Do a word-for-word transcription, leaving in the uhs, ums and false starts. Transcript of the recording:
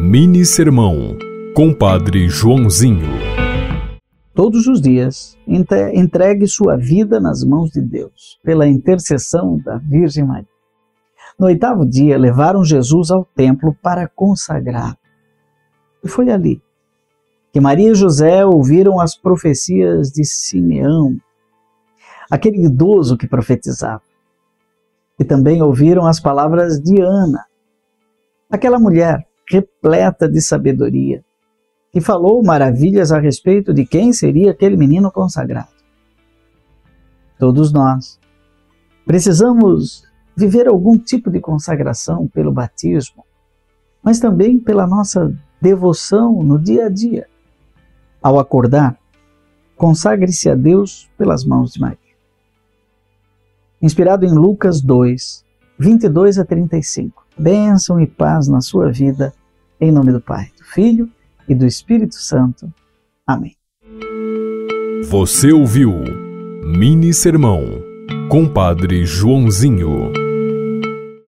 Mini Sermão, Compadre Joãozinho. Todos os dias, entregue sua vida nas mãos de Deus, pela intercessão da Virgem Maria. No oitavo dia, levaram Jesus ao templo para consagrar. E foi ali que Maria e José ouviram as profecias de Simeão, aquele idoso que profetizava. E também ouviram as palavras de Ana, aquela mulher repleta de sabedoria, que falou maravilhas a respeito de quem seria aquele menino consagrado. Todos nós precisamos viver algum tipo de consagração pelo batismo, mas também pela nossa devoção no dia a dia. Ao acordar, consagre-se a Deus pelas mãos de Maria. Inspirado em Lucas dois, vinte e dois a trinta e cinco. Bênção e paz na sua vida, em nome do Pai, do Filho e do Espírito Santo. Amém. Você ouviu Mini Sermão, Compadre Joãozinho.